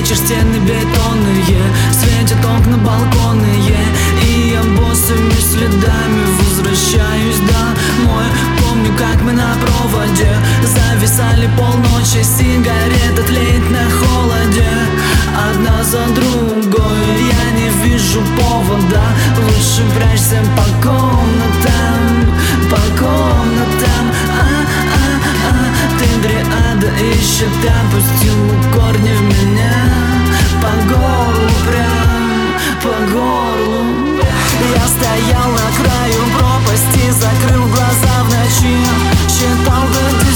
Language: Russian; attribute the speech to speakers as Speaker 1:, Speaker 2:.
Speaker 1: вечер, стены бетонные, светят окна балконные, и я босыми следами возвращаюсь домой. Помню, как мы на проводе зависали полночи, сигареты тлеют на холоде, одна за другой. Я не вижу повода, лучше прячься по комнатам, по комнатам. Ты дриада ищет, опустила корни в меня, по горлу прям, по горлу. Я стоял на краю пропасти, закрыл глаза в ночи, считал до